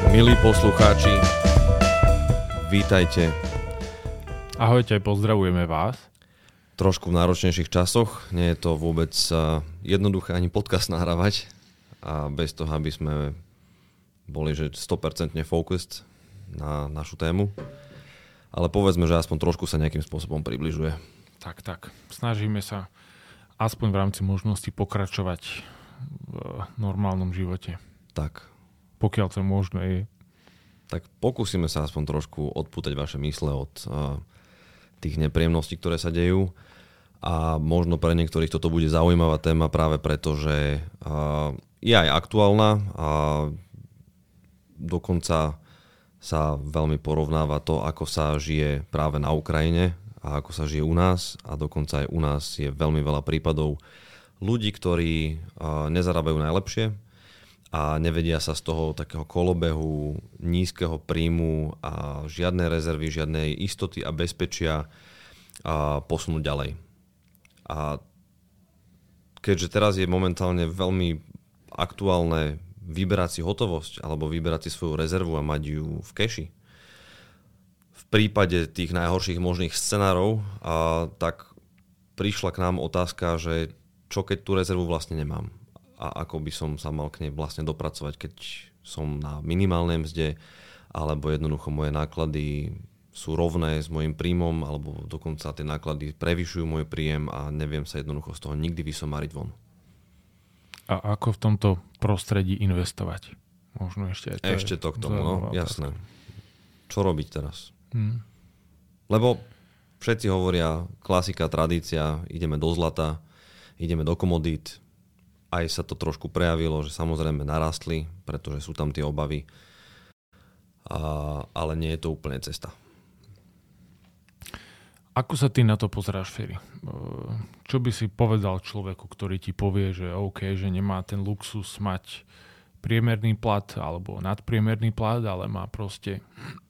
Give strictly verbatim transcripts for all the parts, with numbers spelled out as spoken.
Milí poslucháči, vítajte. Ahojte, pozdravujeme vás. Trošku v náročnejších časoch, nie je to vôbec jednoduché ani podcast nahrávať a bez toho, aby sme boli že sto percent focused na našu tému. Ale povedzme, že aspoň trošku sa nejakým spôsobom približuje. Tak, tak. Snažíme sa aspoň v rámci možnosti pokračovať v normálnom živote. Tak. Pokiaľ to možné je. Tak pokúsime sa aspoň trošku odpútať vaše mysle od uh, tých nepríjemností, ktoré sa dejú. A možno pre niektorých toto bude zaujímavá téma práve preto, že uh, je aj aktuálna a dokonca sa veľmi porovnáva to, ako sa žije práve na Ukrajine a ako sa žije u nás. A dokonca aj u nás je veľmi veľa prípadov ľudí, ktorí uh, nezarábajú najlepšie a nevedia sa z toho takého kolobehu nízkeho príjmu a žiadnej rezervy, žiadnej istoty a bezpečia a posunúť ďalej. A keďže teraz je momentálne veľmi aktuálne vyberať si hotovosť alebo vyberať si svoju rezervu a mať ju v keši, v prípade tých najhorších možných scenárov, a tak prišla k nám otázka, že čo keď tú rezervu vlastne nemám a ako by som sa mal k nej vlastne dopracovať, keď som na minimálnej mzde alebo jednoducho moje náklady sú rovné s mojím príjmom alebo dokonca tie náklady prevyšujú môj príjem a neviem sa jednoducho z toho nikdy vysomáriť von. A ako v tomto prostredí investovať? Možno ešte aj to Ešte to k tomu, no jasné. Čo robiť teraz? Hmm. Lebo všetci hovoria klasika, tradícia, ideme do zlata, ideme do komodít. Aj sa to trošku prejavilo, že samozrejme narastli, pretože sú tam tie obavy, a, ale nie je to úplne cesta. Ako sa ty na to pozeráš, Feri? Čo by si povedal človeku, ktorý ti povie, že OK, že nemá ten luxus mať priemerný plat alebo nadpriemerný plat, ale má proste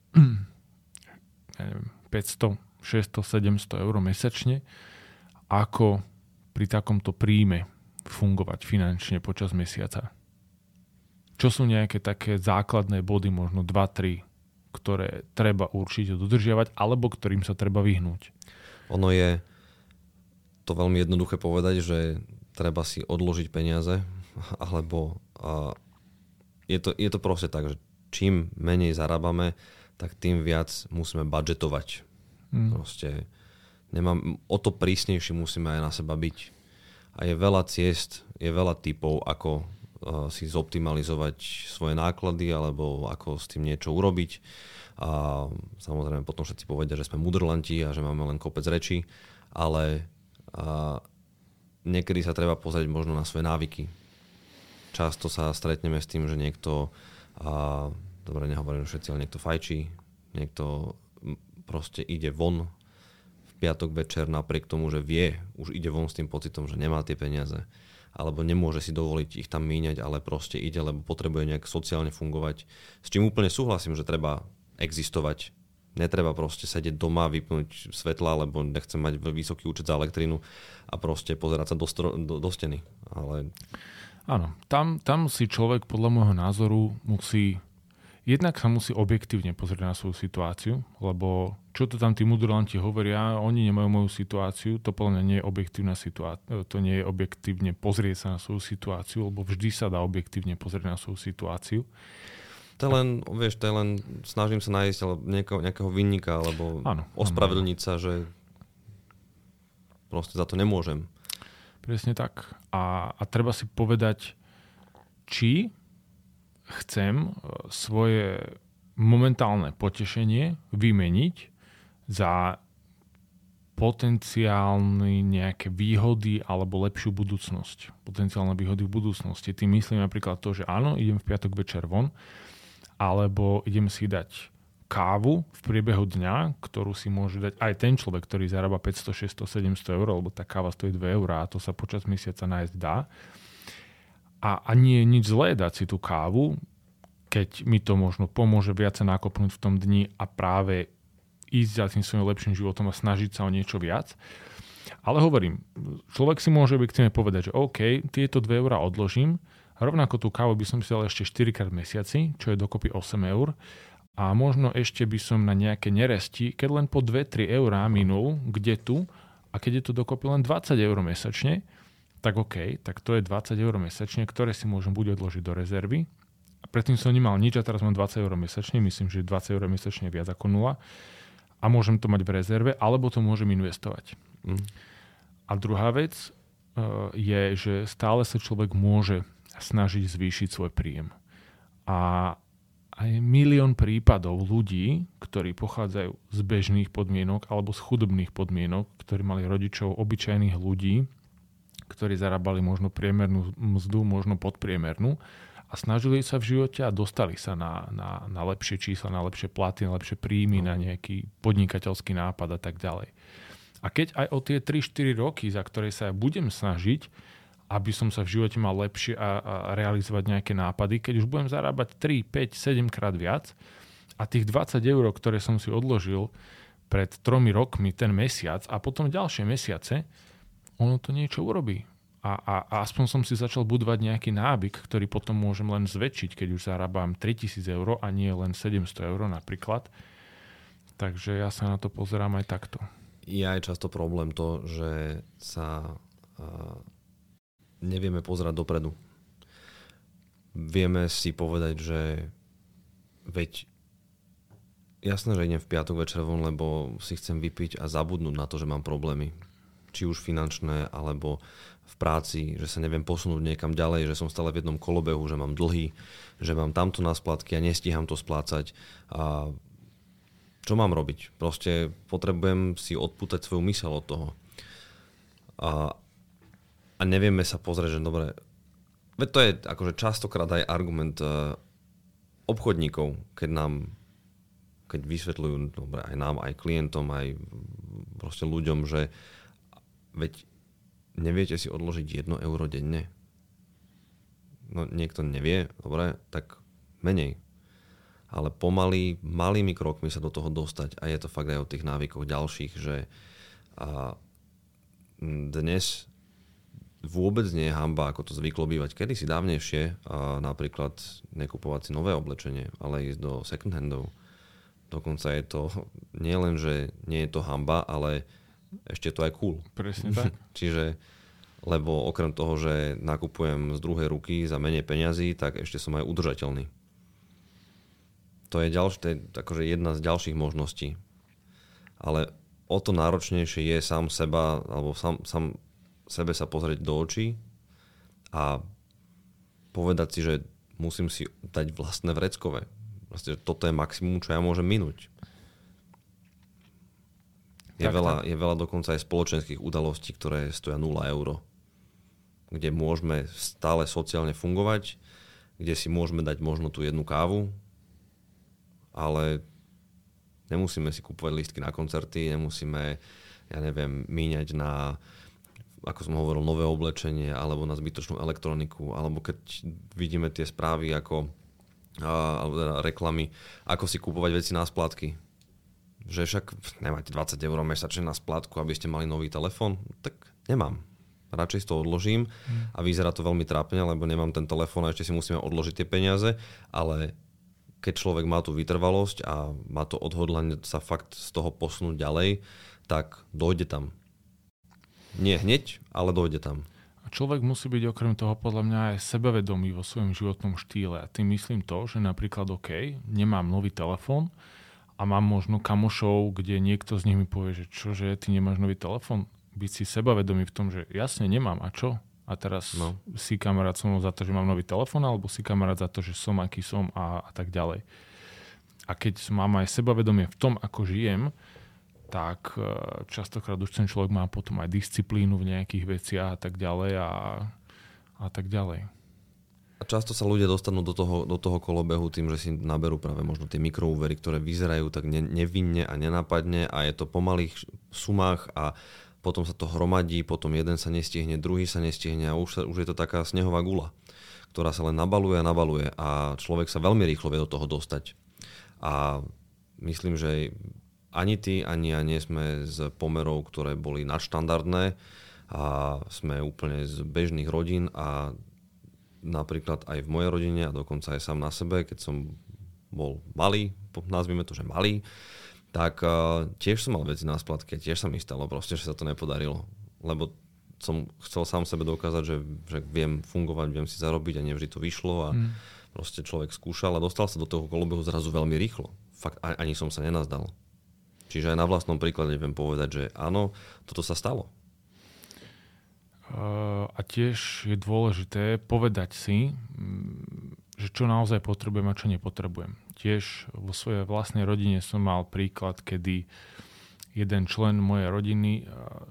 neviem, päťsto, šesťsto, sedemsto eur mesačne. Ako pri takomto príjme fungovať finančne počas mesiaca? Čo sú nejaké také základné body, možno dva tri, ktoré treba určite dodržiavať alebo ktorým sa treba vyhnúť? Ono je to veľmi jednoduché povedať, že treba si odložiť peniaze, alebo a, je, to, je to proste tak, že čím menej zarábame, tak tým viac musíme budžetovať. Hmm. Proste nemám, o to prísnejší musíme aj na seba byť. A je veľa ciest, je veľa typov, ako uh, si zoptimalizovať svoje náklady alebo ako s tým niečo urobiť. A samozrejme potom všetci povedia, že sme mudrlanti a že máme len kopec rečí, ale uh, niekedy sa treba pozrieť možno na svoje návyky. Často sa stretneme s tým, že niekto, uh, dobre nehovorím všetci, ale niekto fajčí, niekto proste ide von piatok večer napriek tomu, že vie, už ide von s tým pocitom, že nemá tie peniaze alebo nemôže si dovoliť ich tam míňať, ale proste ide, lebo potrebuje nejak sociálne fungovať. S čím úplne súhlasím, že treba existovať. Netreba proste sedieť doma, vypnúť svetla, lebo nechcem mať vysoký účet za elektrínu a proste pozerať sa do, stro- do, do steny. Ale... Áno, tam, tam si človek podľa môjho názoru musí jednak sa musí objektívne pozrieť na svoju situáciu, lebo čo to tam tí mudrlanti hovoria, oni nemajú moju situáciu, to podľa mňa nie je objektívna situácia, to nie je objektívne pozrieť sa na svoju situáciu, lebo vždy sa dá objektívne pozrieť na svoju situáciu. To je len, vieš, to je len, snažím sa nájsť nejakého, nejakého vinníka, alebo áno, ospravedlniť áno. sa, že proste za to nemôžem. Presne tak. A, a treba si povedať, či chcem svoje momentálne potešenie vymeniť za potenciálne nejaké výhody alebo lepšiu budúcnosť. Potenciálne výhody v budúcnosti. Tým myslím napríklad to, že áno, idem v piatok večer von, alebo idem si dať kávu v priebehu dňa, ktorú si môže dať aj ten človek, ktorý zarába päťsto, šesťsto, sedemsto eur, lebo tá káva stojí dve eurá a to sa počas mesiaca nájsť dá. A, a nie je nič zlé dať si tú kávu, keď mi to možno pomôže viac sa nakopnúť v tom dni a práve ísť za tým svojím lepším životom a snažiť sa o niečo viac. Ale hovorím, človek si môže objektívne povedať, že OK, tieto dve eurá odložím Rovnako tú kávu by som si dal ešte štyri krát v mesiaci, čo je dokopy osem eur. A možno ešte by som na nejaké neresti, keď len po dva tri eurá minul, kde tu, a keď je to dokopy len dvadsať eur mesačne, tak OK, tak to je dvadsať eur mesačne, ktoré si môžem buď odložiť do rezervy. A predtým som nemal nič a teraz mám dvadsať eur mesačne, myslím, že dvadsať eur mesačne je viac ako nula. A môžem to mať v rezerve, alebo to môžem investovať. Mm. A druhá vec uh, je, že stále sa človek môže snažiť zvýšiť svoj príjem. A aj milión prípadov ľudí, ktorí pochádzajú z bežných podmienok alebo z chudobných podmienok, ktorí mali rodičov obyčajných ľudí, ktorí zarábali možno priemernú mzdu, možno podpriemernú a snažili sa v živote a dostali sa na, na, na lepšie čísla, na lepšie platy, na lepšie príjmy, na nejaký podnikateľský nápad a tak ďalej. A keď aj o tie tri štyri roky, za ktoré sa ja budem snažiť, aby som sa v živote mal lepšie a, a realizovať nejaké nápady, keď už budem zarábať tri, päť, sedem krát viac a tých dvadsať eur, ktoré som si odložil pred tromi rokmi ten mesiac a potom ďalšie mesiace, ono to niečo urobí. A, a, a aspoň som si začal budovať nejaký nábyk, ktorý potom môžem len zväčšiť, keď už zarábam tritisíc eur a nie len sedemsto eur napríklad. Takže ja sa na to pozerám aj takto. Je aj často problém to, že sa uh, nevieme pozerať dopredu. Vieme si povedať, že veď jasné, že idem v piatok večer von, lebo si chcem vypiť a zabudnúť na to, že mám problémy. Či už finančné, alebo v práci, že sa neviem posunúť niekam ďalej, že som stále v jednom kolobehu, že mám dlhy, že mám tamto na splátky a nestíham to splácať. A čo mám robiť? Proste potrebujem si odpútať svoju myseľ od toho. A, a nevieme sa pozrieť, že dobre, veď to je akože častokrát aj argument uh, obchodníkov, keď nám keď vysvetľujú dobre, aj nám, aj klientom, aj proste ľuďom, že veď neviete si odložiť jedno euro denne? No niekto nevie, dobre, tak menej. Ale pomaly, malými krokmi sa do toho dostať a je to fakt aj o tých návykoch ďalších, že a dnes vôbec nie je hanba, ako to zvyklo bývať kedysi dávnejšie, a napríklad nekupovať si nové oblečenie, ale ísť do second handov. Dokonca je to nie len, že nie je to hanba, ale ešte to aj cool. Presne tak. Čiže, lebo okrem toho, že nakupujem z druhej ruky za menej peňazí, tak ešte som aj udržateľný. To je, ďalš, to je akože jedna z ďalších možností. Ale o to náročnejšie je sám seba, alebo sám, sám sebe sa pozrieť do očí a povedať si, že musím si dať vlastné vreckové. Vlastne, že toto je maximum, čo ja môžem minúť. Je veľa, je veľa dokonca aj spoločenských udalostí, ktoré stoja nula eur. Kde môžeme stále sociálne fungovať, kde si môžeme dať možno tú jednu kávu, ale nemusíme si kúpovať lístky na koncerty, nemusíme, ja neviem, míňať na, ako som hovoril, nové oblečenie, alebo na zbytočnú elektroniku, alebo keď vidíme tie správy ako, alebo teda reklamy, ako si kúpovať veci na splátky. Že však nemáte dvadsať eur mesačne na splátku, aby ste mali nový telefón, tak nemám. Radšej to odložím a vyzerá to veľmi trápne, lebo nemám ten telefón a ešte si musíme odložiť tie peniaze, ale keď človek má tú vytrvalosť a má to odhodlanie sa fakt z toho posunúť ďalej, tak dojde tam. Nie hneď, ale dojde tam. A človek musí byť okrem toho podľa mňa aj sebavedomý vo svojom životnom štýle. A tým myslím to, že napríklad OK, nemám nový telefón, a mám možno kamošov, kde niekto z nich mi povie, že čože, ty nemáš nový telefón? Byť si sebavedomý v tom, že jasne nemám, a čo? A teraz no. Si kamarát so mnou za to, že mám nový telefón, alebo si kamarát za to, že som aký som a, a tak ďalej. A keď mám aj sebavedomie v tom, ako žijem, tak častokrát už ten človek má potom aj disciplínu v nejakých veciach a tak ďalej a, a tak ďalej. A často sa ľudia dostanú do toho, do toho kolobehu tým, že si naberú práve možno tie mikroúvery, ktoré vyzerajú tak ne, nevinne a nenápadne a je to po malých sumách a potom sa to hromadí, potom jeden sa nestihne, druhý sa nestihne a už, sa, už je to taká snehová guľa, ktorá sa len nabaluje a nabaluje a človek sa veľmi rýchlo vie do toho dostať. A myslím, že ani ty, ani ja nie sme z pomerov, ktoré boli nadštandardné a sme úplne z bežných rodín a napríklad aj v mojej rodine a dokonca aj sám na sebe, keď som bol malý, nazvime to, že malý, tak uh, tiež som mal veci na splatke, tiež sa mi stalo proste, že sa to nepodarilo. Lebo som chcel sám sebe dokázať, že, že viem fungovať, viem si zarobiť a nevždy to vyšlo a mm. proste človek skúšal a dostal sa do toho kolobehu zrazu veľmi rýchlo. Fakt ani som sa nenazdal. Čiže aj na vlastnom príklade viem povedať, že áno, toto sa stalo. Uh, a tiež je dôležité povedať si, že čo naozaj potrebujem a čo nepotrebujem. Tiež vo svojej vlastnej rodine som mal príklad, kedy jeden člen mojej rodiny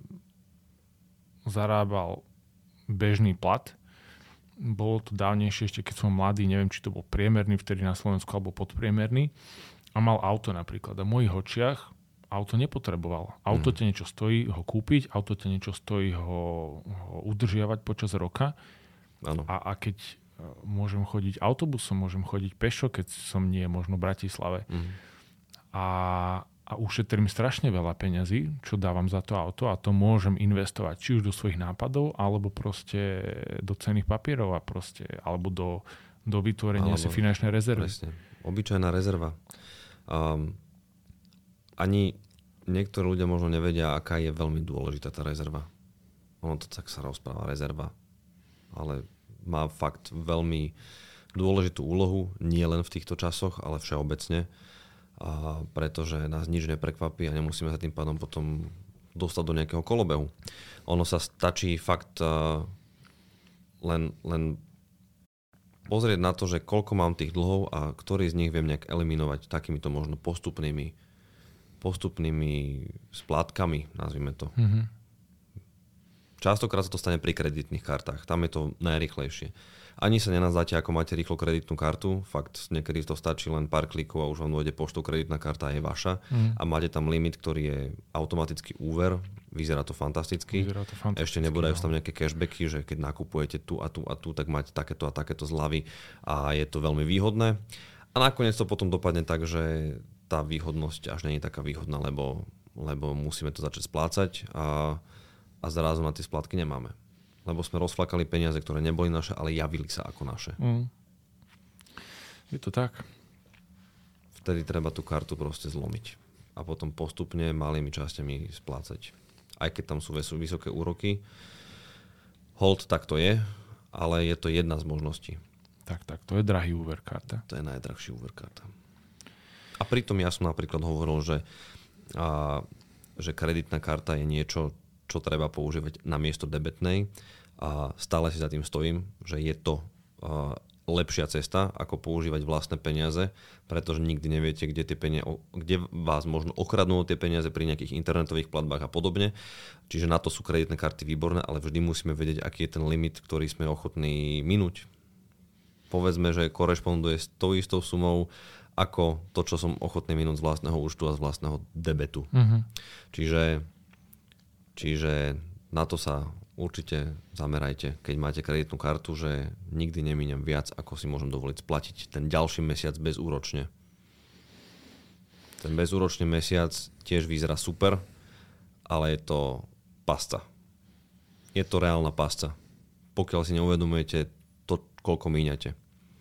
zarábal bežný plat. Bolo to dávnejšie, ešte keď som mladý, neviem, či to bol priemerný vtedy na Slovensku alebo podpriemerný. A mal auto napríklad. A v mojich očiach auto nepotreboval. Auto mm. ťa niečo stojí ho kúpiť, auto ťa niečo stojí ho, ho udržiavať počas roka. Áno. A, a keď môžem chodiť autobusom, môžem chodiť pešo, keď som nie možno v Bratislave. Mm. A, a ušetrím strašne veľa peňazí, čo dávam za to auto a to môžem investovať či už do svojich nápadov, alebo proste do cenných papierov a proste, alebo do, do vytvorenia alebo si finančnej rezervy. Presne. Obyčajná rezerva. Um, ani niektorí ľudia možno nevedia, aká je veľmi dôležitá tá rezerva. Ono to tak sa rozpráva, rezerva. Ale má fakt veľmi dôležitú úlohu, nie len v týchto časoch, ale všeobecne, a pretože nás nič neprekvapí a nemusíme sa tým pádom potom dostať do nejakého kolobehu. Ono sa stačí fakt uh, len, len pozrieť na to, že koľko mám tých dlhov a ktorý z nich viem nejak eliminovať takýmito možno postupnými postupnými splátkami, nazvime to. Mm-hmm. Častokrát sa to stane pri kreditných kartách. Tam je to najrýchlejšie. Ani sa nenazdáte, ako máte rýchlo kreditnú kartu. Fakt, niekedy to stačí len pár klikov a už vám dojde poštou, kreditná karta je vaša. Mm. A máte tam limit, ktorý je automatický úver. Vyzerá to fantasticky. Vyzerá to fantasticky. Ešte nebúdajú no. tam nejaké cashbacky, že keď nakupujete tu a tu a tu, tak máte takéto a takéto zľavy a je to veľmi výhodné. A nakoniec to potom dopadne tak, že tá výhodnosť až nie je taká výhodná, lebo, lebo musíme to začať splácať a a zrazu na tie splátky nemáme. Lebo sme rozflakali peniaze, ktoré neboli naše, ale javili sa ako naše. Mm. Je to tak. Vtedy treba tú kartu proste zlomiť. A potom postupne malými časťami splácať. Aj keď tam sú vysoké úroky. Hold, tak to je, ale je to jedna z možností. Tak, tak, to je drahý úver karta. To je najdrahší úver karta. A pritom ja som napríklad hovoril, že, a, že kreditná karta je niečo, čo treba používať na miesto debetnej a stále si za tým stojím, že je to uh, lepšia cesta, ako používať vlastné peniaze, pretože nikdy neviete, kde, tie peniaze, kde vás možno okradnú tie peniaze pri nejakých internetových platbách a podobne. Čiže na to sú kreditné karty výborné, ale vždy musíme vedieť, aký je ten limit, ktorý sme ochotní minúť. Povedzme, že korešponduje s tou istou sumou ako to, čo som ochotný minúť z vlastného účtu a z vlastného debetu. Mm-hmm. Čiže Čiže na to sa určite zamerajte, keď máte kreditnú kartu, že nikdy nemíňam viac, ako si môžem dovoliť splatiť ten ďalší mesiac bezúročne. Ten bezúročný mesiac tiež vyzerá super, ale je to pasca. Je to reálna pasca. Pokiaľ si neuvedomujete to, koľko míňate.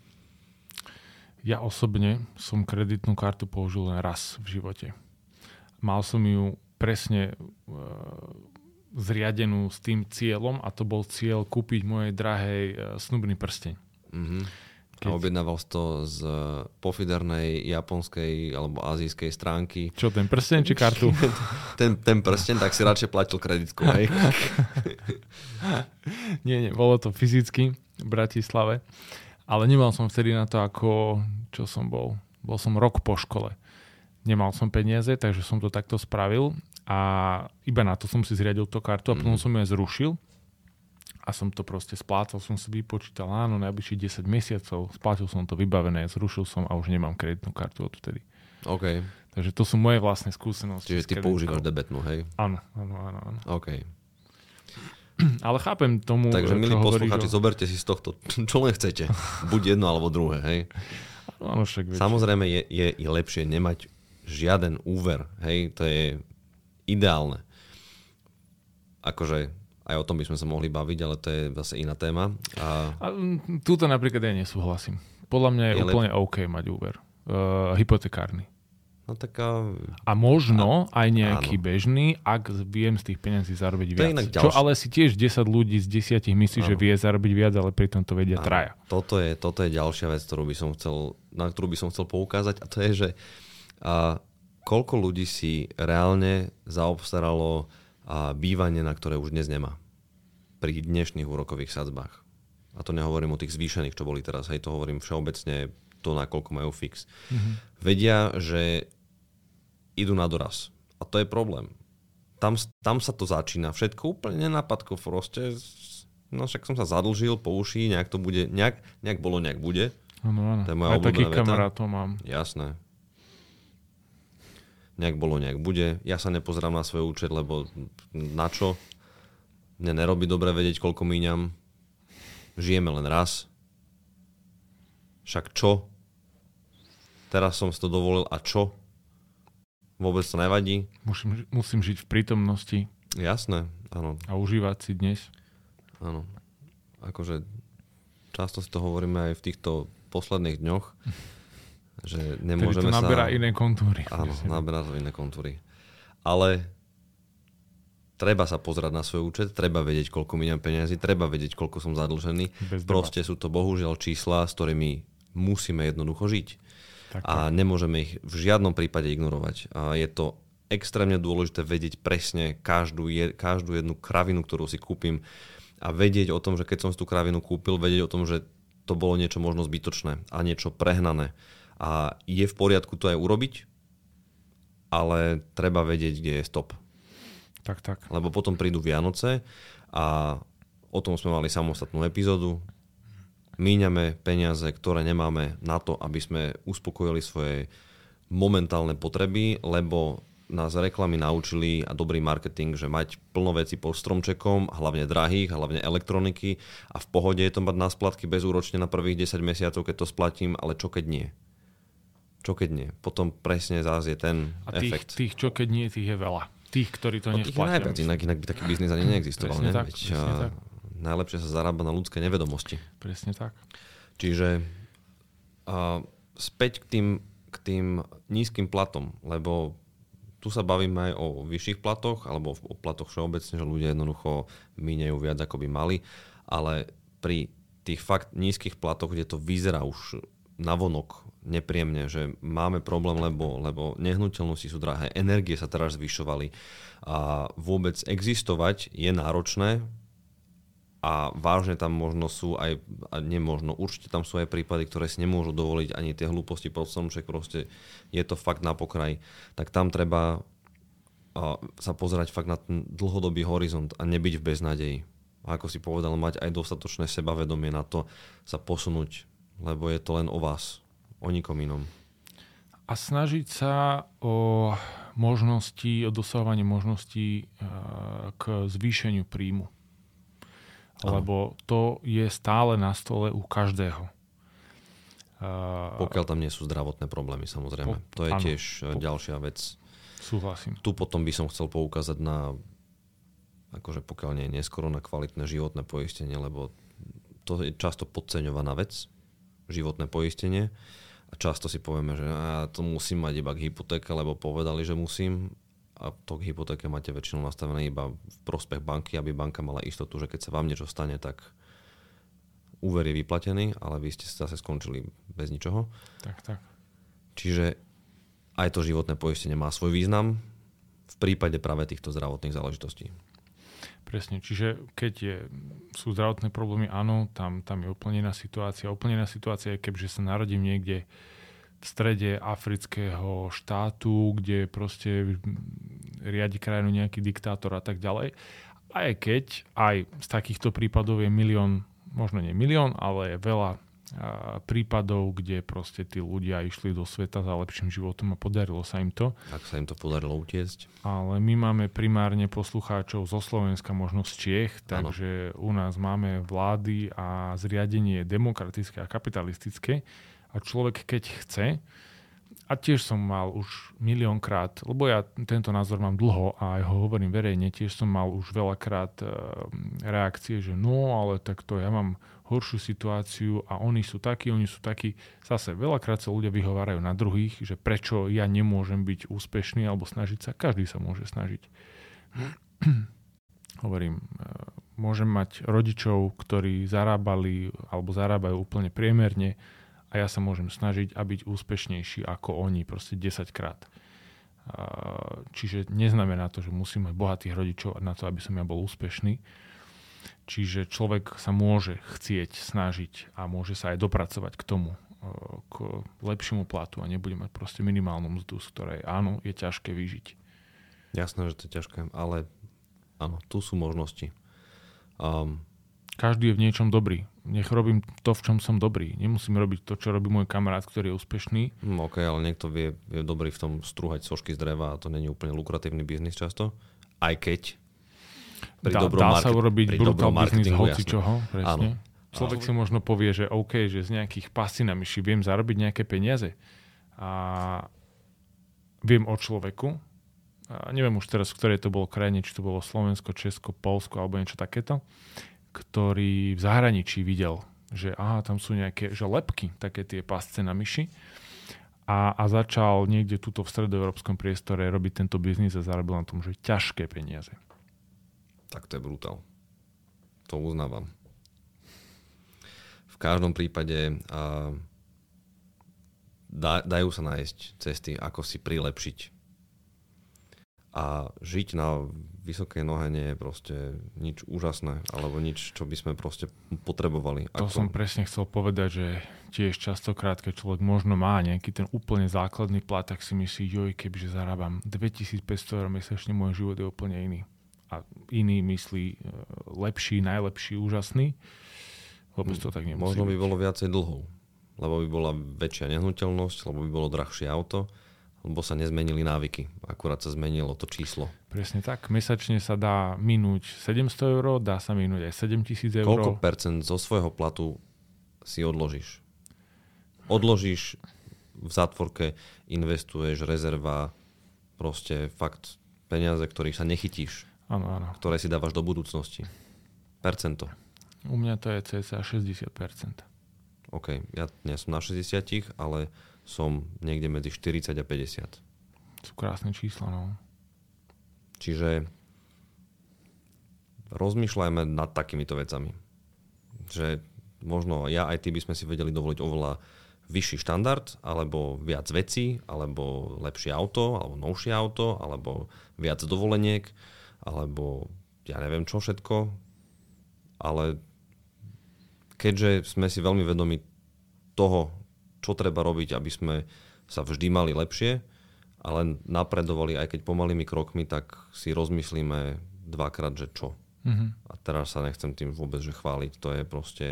Ja osobne som kreditnú kartu použil len raz v živote. Mal som ju presne e, zriadenú s tým cieľom a to bol cieľ kúpiť mojej drahej e, snubný prsteň. Mm-hmm. Keď... A objednával si to z pofidernej japonskej alebo azijskej stránky. Čo, ten prsteň či kartu? ten, ten prsteň, tak si radšej platil kreditku, hej? nie, nie, bolo to fyzicky v Bratislave, ale nemal som vtedy na to ako, čo som bol. Bol som rok po škole. Nemal som peniaze, takže som to takto spravil a iba na to som si zriadil tú kartu a mm. potom som ju aj zrušil a som to proste splácal, som si vypočítal, áno, najbližších desať mesiacov, splátil som to vybavené, zrušil som a už nemám kreditnú kartu odtedy. OK. Takže to sú moje vlastné skúsenosti. Čiže ty používaš debetnú, hej? Áno, áno, áno. áno. OK. Ale chápem tomu, takže milí poslucháči, o... zoberte si z tohto, čo len chcete. Buď jedno, alebo druhé, hej? Áno, však viete. Samozrejme je, je, je lepšie nemať žiaden úver, hej, to je ideálne. Akože Aj o tom by sme sa mohli baviť, ale to je zase iná téma. A... A túto napríklad ja nesúhlasím. Podľa mňa je, je úplne lep... OK mať úver. Uh, hypotekárny. No tak a... a možno a... aj nejaký áno. bežný, ak viem z tých peniazí zarobiť to viac. Čo ale si tiež desať ľudí z desiatich myslí, áno. že vie zarobiť viac, ale pritom to vedia áno. traja. Toto je, toto je ďalšia vec, ktorú by som chcel, na ktorú by som chcel poukázať, a to je, že a, koľko ľudí si reálne zaobstaralo a, bývanie, na ktoré už dnes nemá. Pri dnešných úrokových sadzbách. A to nehovorím o tých zvýšených, čo boli teraz. Hej, to hovorím všeobecne to, nakoľko majú fix. Mm-hmm. Vedia, že idú na doraz. A to je problém. Tam, tam sa to začína. Všetko úplne nenápadko proste. No však som sa zadlžil po uši, nejak to bude, nejak, nejak bolo, nejak bude. Áno, áno. To je moja aj takých kamarátov mám. Jasné. Nejak bolo, nejak bude. Ja sa nepozerám na svoj účet, lebo na čo? Mne nerobí dobre vedieť, koľko míňam. Žijeme len raz. Však čo? Teraz som si to dovolil a čo? Vôbec to nevadí. Musím, musím žiť v prítomnosti. Jasné, áno. A užívať si dnes. Áno. Akože často si to hovoríme aj v týchto posledných dňoch, že nemôžeme sa... Tedy to naberá iné kontúry. Áno, naberá to iné kontúry. Ale treba sa pozerať na svoj účet, treba vedieť, koľko míňam peniazy, treba vedieť, koľko som zadlžený. Proste sú to bohužiaľ čísla, s ktorými musíme jednoducho žiť. Tak, a nemôžeme ich v žiadnom prípade ignorovať. A je to extrémne dôležité vedieť presne každú, je, každú jednu kravinu, ktorú si kúpim a vedieť o tom, že keď som si tú kravinu kúpil, vedieť o tom, že to bolo niečo možno zbytočné a niečo prehnané. A je v poriadku to aj urobiť, ale treba vedieť, kde je stop. Tak, tak. Lebo potom prídu Vianoce a o tom sme mali samostatnú epizódu. Míňame peniaze, ktoré nemáme na to, aby sme uspokojili svoje momentálne potreby, lebo nás reklamy naučili a dobrý marketing, že mať plno veci pod stromčekom, hlavne drahých, hlavne elektroniky a v pohode je to mať na splatky bezúročne na prvých desať mesiacov, keď to splatím, ale čo keď nie? Čo keď nie? Potom presne zás je ten a tých, efekt. Tých čo keď nie, tých je veľa. Tých, ktorí to no, nesplatia. Tých je najviac, inak, inak by taký biznis ani neexistoval. Presne Ne? tak, Veď, presne tak. Najlepšie sa zarába na ľudské nevedomosti. Presne tak. Čiže a, späť k tým, k tým nízkym platom, lebo tu sa bavíme aj o vyšších platoch, alebo o platoch všeobecne, že ľudia jednoducho míňajú viac, ako by mali, ale pri tých fakt nízkych platoch, kde to vyzerá už navonok nepríjemne, že máme problém, lebo, lebo nehnuteľnosti sú drahé, energie sa teraz zvyšovali a vôbec existovať je náročné. A vážne tam možno sú aj, a nemožno, určite tam sú aj prípady, ktoré si nemôžu dovoliť ani tie hlúposti pod stromček, proste je to fakt na pokraj. Tak tam treba a, sa pozerať fakt na ten dlhodobý horizont a nebyť v beznádeji. A ako si povedal, mať aj dostatočné sebavedomie na to sa posunúť, lebo je to len o vás, o nikom inom. A snažiť sa o možnosti, o dosahovanie možností k zvýšeniu príjmu. Lebo to je stále na stole u každého. Pokiaľ tam nie sú zdravotné problémy, samozrejme. Po, to je áno, tiež po, ďalšia vec. Súhlasím. Tu potom by som chcel poukázať na, akože pokiaľ nie je neskoro, na kvalitné životné poistenie, lebo to je často podceňovaná vec, životné poistenie. A často si povieme, že ja to musím mať iba k hypotéke, lebo povedali, že musím. A to k hypotéke máte väčšinou nastavené iba v prospech banky, aby banka mala istotu, že keď sa vám niečo stane, tak úver je vyplatený, ale vy ste zase skončili bez ničoho. Tak, tak. Čiže aj to životné poistenie má svoj význam v prípade práve týchto zdravotných záležitostí. Presne, čiže keď je, sú zdravotné problémy, áno, tam, tam je úplne iná situácia. Úplne iná situácia je, kebyže sa narodím niekde v strede afrického štátu, kde proste riadi krajinu nejaký diktátor a tak ďalej. Aj keď aj z takýchto prípadov je milión, možno nie milión, ale je veľa prípadov, kde proste tí ľudia išli do sveta za lepším životom a podarilo sa im to. Ak sa im to podarilo utiecť. Ale my máme primárne poslucháčov zo Slovenska, možno z Čiech, takže ano. U nás máme vlády a zriadenie demokratické a kapitalistické a človek keď chce A tiež som mal už miliónkrát, lebo ja tento názor mám dlho a aj ho hovorím verejne, tiež som mal už veľakrát reakcie, že no, ale takto ja mám horšiu situáciu a oni sú takí, oni sú takí. Zase veľakrát sa ľudia vyhovárajú na druhých, že prečo ja nemôžem byť úspešný alebo snažiť sa. Každý sa môže snažiť. Hovorím, môžem mať rodičov, ktorí zarábali alebo zarábajú úplne priemerne, a ja sa môžem snažiť a byť úspešnejší ako oni, proste desaťkrát. Čiže neznamená to, že musím mať bohatých rodičov na to, aby som ja bol úspešný. Čiže človek sa môže chcieť, snažiť a môže sa aj dopracovať k tomu, k lepšiemu platu a nebude mať proste minimálnu mzdu, z ktorej áno, je ťažké vyžiť. Jasné, že to je ťažké, ale áno, tu sú možnosti. Um, Každý je v niečom dobrý. Nech robím to, v čom som dobrý. Nemusím robiť to, čo robí môj kamarát, ktorý je úspešný. Hm, OK, ale niekto vie, je dobrý v tom strúhať sošky z dreva a to není úplne lukratívny biznis často. Aj keď pri dá, dobrom dá market, sa urobiť brutál biznis hoci jasne. čoho. Presne. Áno. Človek si možno povie, že OK, že z nejakých pasí na myši viem zarobiť nejaké peniaze. A viem o človeku. A neviem už teraz, v ktorej to bolo krajine, či to bolo Slovensko, Česko, Poľsko alebo niečo takéto, ktorý v zahraničí videl, že aha, tam sú nejaké že lepky, také tie pasce na myši a, a začal niekde tuto v stredoeurópskom priestore robiť tento biznis a zarobil na tom, že ťažké peniaze. Tak to je brutál. To uznávam. V každom prípade a, dá, dajú sa nájsť cesty, ako si prilepšiť. A žiť na vysokej nohe nie je proste nič úžasné, alebo nič, čo by sme proste potrebovali. To Ako... som presne chcel povedať, že tiež častokrát, keď človek možno má nejaký ten úplne základný plat, tak si myslí, joj, kebyže zarábam dvetisícpäťsto eur mesačne, môj život je úplne iný. A iný myslí lepší, najlepší, úžasný. Vôbec to tak nemusí Možno by byť. bolo viacej dlhov, lebo by bola väčšia nehnuteľnosť, lebo by bolo drahšie auto, lebo sa nezmenili návyky. Akurát sa zmenilo to číslo. Presne tak. Mesačne sa dá minúť sedemsto eur, dá sa minúť aj sedemtisíc eur. Koľko percent zo svojho platu si odložíš? Odložíš v zátvorke, investuješ, rezerva, proste fakt peniaze, ktorých sa nechytíš. Áno, áno. Ktoré si dávaš do budúcnosti. Percento. U mňa to je cca šesťdesiat percent. OK, ja nie som na šesťdesiat, ale som niekde medzi štyridsať a päťdesiat. Sú krásne čísla, no. Čiže rozmýšľajme nad takýmito vecami. Že možno ja aj ty by sme si vedeli dovoliť oveľa vyšší štandard, alebo viac vecí, alebo lepšie auto, alebo novšie auto, alebo viac dovoleniek, alebo ja neviem čo všetko. Ale keďže sme si veľmi vedomi toho, čo treba robiť, aby sme sa vždy mali lepšie, ale napredovali, aj keď pomalými krokmi, tak si rozmyslíme dvakrát, že čo. Mm-hmm. A teraz sa nechcem tým vôbec že chváliť. To je proste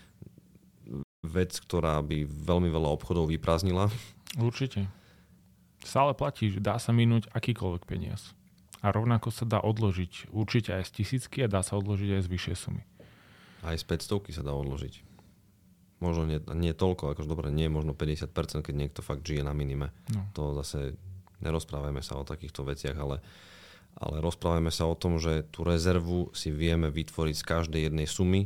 vec, ktorá by veľmi veľa obchodov vyprázdnila. Určite. Stále platí, že dá sa minúť akýkoľvek peniaz. A rovnako sa dá odložiť určite aj z tisícky a dá sa odložiť aj z vyššej sumy. Aj z päťstovky sa dá odložiť. Možno nie, nie toľko, akože dobre, nie možno päťdesiat percent, keď niekto fakt žije na minime. No. To zase nerozprávajme sa o takýchto veciach, ale, ale rozprávajme sa o tom, že tú rezervu si vieme vytvoriť z každej jednej sumy.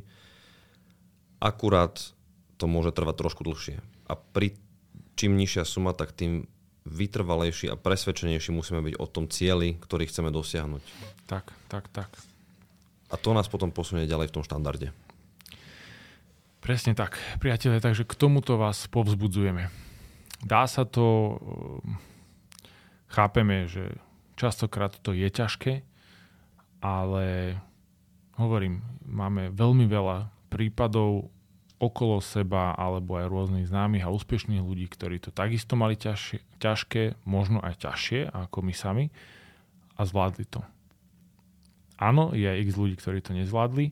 Akurát to môže trvať trošku dlhšie. A pri čím nižšia suma, tak tým vytrvalejší a presvedčenejší musíme byť o tom cieli, ktorý chceme dosiahnuť. Tak, tak, tak. A to nás potom posunie ďalej v tom štandarde. Presne tak. Priatelia, takže k tomuto vás povzbudzujeme. Dá sa to, chápeme, že častokrát to je ťažké, ale hovorím, máme veľmi veľa prípadov okolo seba alebo aj rôznych známych a úspešných ľudí, ktorí to takisto mali ťažšie, ťažké, možno aj ťažšie ako my sami a zvládli to. Áno, je aj x ľudí, ktorí to nezvládli,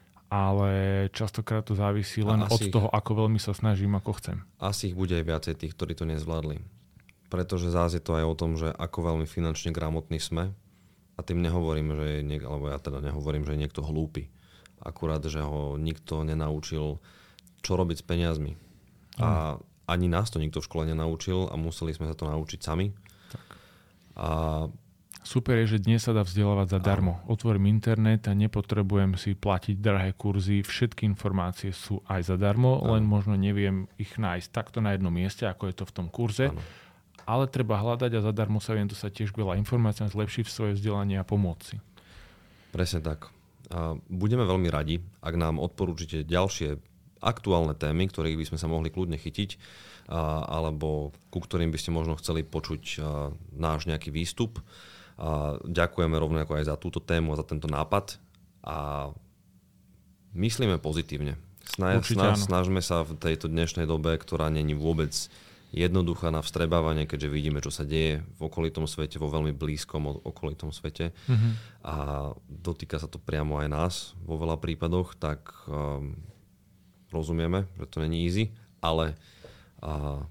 ale častokrát to závisí len od toho, ako veľmi sa snažím, ako chcem. Asi ich bude aj viacej tých, ktorí to nezvládli. Pretože zás je to aj o tom, že ako veľmi finančne gramotní sme. A tým nehovorím, že je niek- alebo ja teda nehovorím, že je niekto hlúpy. Akurát, že ho nikto nenaučil, čo robiť s peniazmi. A ani nás to nikto v škole nenaučil a museli sme sa to naučiť sami. Tak. A super je, že dnes sa dá vzdelávať zadarmo. Otvorím internet a nepotrebujem si platiť drahé kurzy. Všetky informácie sú aj zadarmo, ano. Len možno neviem ich nájsť takto na jednom mieste, ako je to v tom kurze. Ano. Ale treba hľadať a zadarmo sa viem dostať tiež veľa informácií, zlepšiť svoje vzdelanie a pomôcť si. Presne tak. A budeme veľmi radi, ak nám odporúčite ďalšie aktuálne témy, ktorých by sme sa mohli kľudne chytiť, a, alebo ku ktorým by ste možno chceli počuť a, náš nejaký výstup. A ďakujeme rovnako aj za túto tému a za tento nápad a myslíme pozitívne. Sna- sna- snažme sa v tejto dnešnej dobe, ktorá není vôbec jednoduchá na vstrebávanie, keďže vidíme, čo sa deje v okolitom svete, vo veľmi blízkom okolitom svete mm-hmm. a dotýka sa to priamo aj nás vo veľa prípadoch, tak um, rozumieme, že to není easy, ale uh,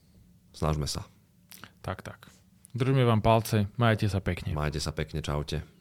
snažme sa. Tak, tak. Držíme vám palce, majte sa pekne. Majte sa pekne, čaute.